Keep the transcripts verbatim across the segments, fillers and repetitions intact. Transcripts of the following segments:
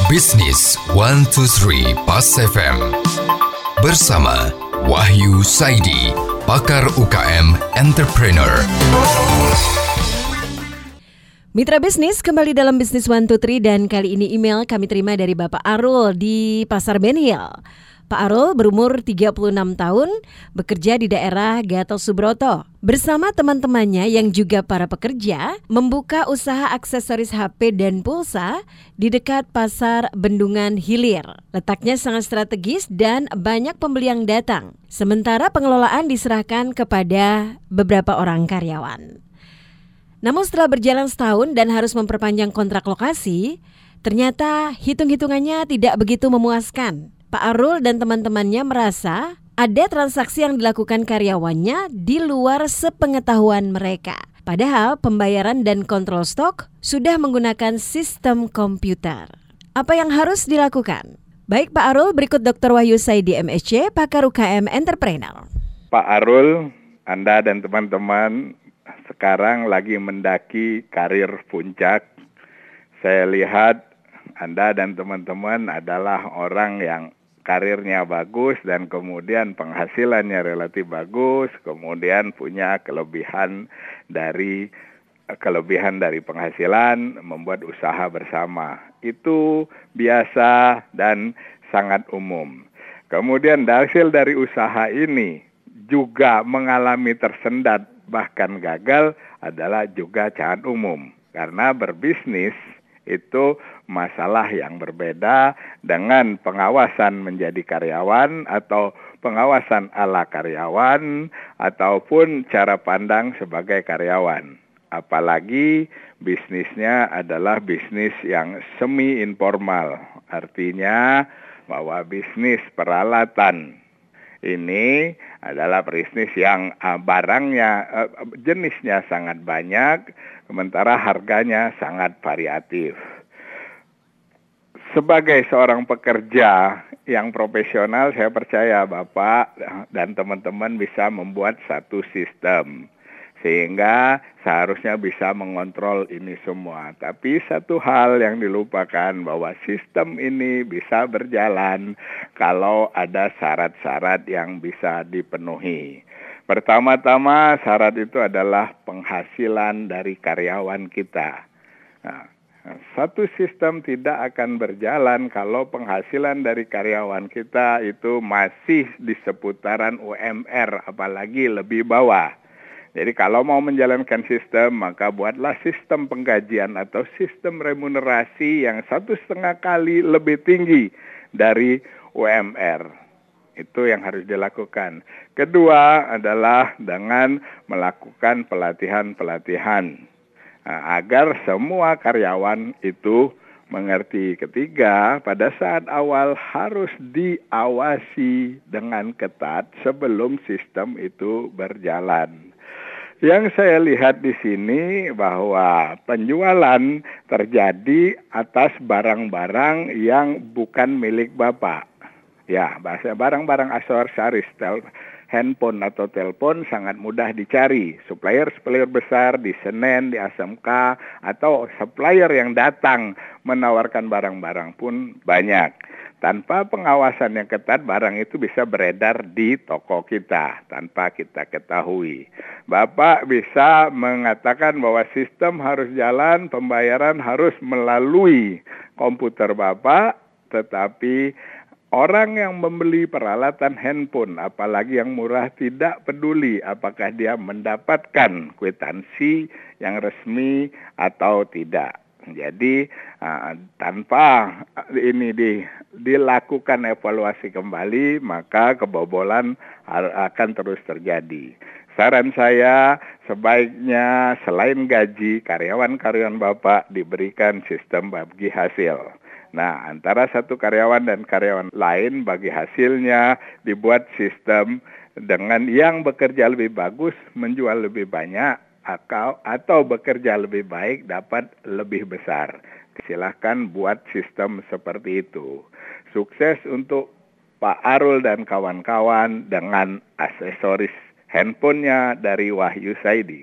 Bisnis one two three Pas F M bersama Wahyu Saidi, pakar U K M Entrepreneur. Mitra bisnis, kembali dalam Bisnis one two three dan kali ini email kami terima dari Bapak Arul di Pasar Ben Hill. Pak Arul berumur tiga puluh enam tahun, bekerja di daerah Gatot Subroto. Bersama teman-temannya yang juga para pekerja, membuka usaha aksesoris H P dan pulsa di dekat Pasar Bendungan Hilir. Letaknya sangat strategis dan banyak pembeli yang datang. Sementara pengelolaan diserahkan kepada beberapa orang karyawan. Namun setelah berjalan setahun dan harus memperpanjang kontrak lokasi, ternyata hitung-hitungannya tidak begitu memuaskan. Pak Arul dan teman-temannya merasa ada transaksi yang dilakukan karyawannya di luar sepengetahuan mereka. Padahal pembayaran dan kontrol stok sudah menggunakan sistem komputer. Apa yang harus dilakukan? Baik Pak Arul, berikut dokter Wahyu Saidi M S pakar U K M Entrepreneur. Pak Arul, Anda dan teman-teman sekarang lagi mendaki karir puncak. Saya lihat Anda dan teman-teman adalah orang yang karirnya bagus dan kemudian penghasilannya relatif bagus, kemudian punya kelebihan dari kelebihan dari penghasilan, membuat usaha bersama. Itu biasa dan sangat umum. Kemudian hasil dari usaha ini juga mengalami tersendat bahkan gagal adalah juga sangat umum. Karena berbisnis itu masalah yang berbeda dengan pengawasan menjadi karyawan atau pengawasan ala karyawan ataupun cara pandang sebagai karyawan. Apalagi bisnisnya adalah bisnis yang semi informal. Artinya bahwa bisnis peralatan ini adalah bisnis yang uh, barangnya, uh, jenisnya sangat banyak, sementara harganya sangat variatif. Sebagai seorang pekerja yang profesional, saya percaya Bapak dan teman-teman bisa membuat satu sistem. Sehingga seharusnya bisa mengontrol ini semua. Tapi satu hal yang dilupakan bahwa sistem ini bisa berjalan kalau ada syarat-syarat yang bisa dipenuhi. Pertama-tama syarat itu adalah penghasilan dari karyawan kita. Nah, satu sistem tidak akan berjalan kalau penghasilan dari karyawan kita itu masih di seputaran U M R, apalagi lebih bawah. Jadi kalau mau menjalankan sistem, maka buatlah sistem penggajian atau sistem remunerasi yang satu setengah kali lebih tinggi dari U M R. Itu yang harus dilakukan. Kedua adalah dengan melakukan pelatihan-pelatihan nah, agar semua karyawan itu mengerti. Ketiga, pada saat awal harus diawasi dengan ketat sebelum sistem itu berjalan. Yang saya lihat di sini bahwa penjualan terjadi atas barang-barang yang bukan milik Bapak. Ya, bahasa barang-barang aksesoris, handphone atau telepon sangat mudah dicari. Supplier-supplier besar di Senen, di A S M K, atau supplier yang datang menawarkan barang-barang pun banyak. Tanpa pengawasan yang ketat, barang itu bisa beredar di toko kita tanpa kita ketahui. Bapak bisa mengatakan bahwa sistem harus jalan, pembayaran harus melalui komputer Bapak, tetapi orang yang membeli peralatan handphone, apalagi yang murah, tidak peduli apakah dia mendapatkan kwitansi yang resmi atau tidak. Jadi uh, tanpa ini di, dilakukan evaluasi kembali, maka kebobolan akan terus terjadi. Saran saya, sebaiknya selain gaji, karyawan-karyawan Bapak diberikan sistem bagi hasil. Nah, antara satu karyawan dan karyawan lain bagi hasilnya dibuat sistem dengan yang bekerja lebih bagus menjual lebih banyak atau, atau bekerja lebih baik dapat lebih besar. Silahkan buat sistem seperti itu. Sukses untuk Pak Arul dan kawan-kawan dengan aksesoris handphonenya dari Wahyu Saidi.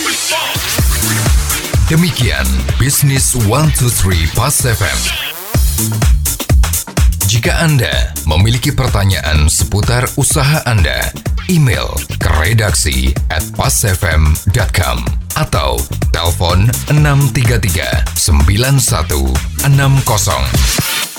Demikian Bisnis one two three Pas F M. Jika Anda memiliki pertanyaan seputar usaha Anda, email ke redaksi at pasfm dot com atau telepon enam tiga tiga sembilan satu enam nol.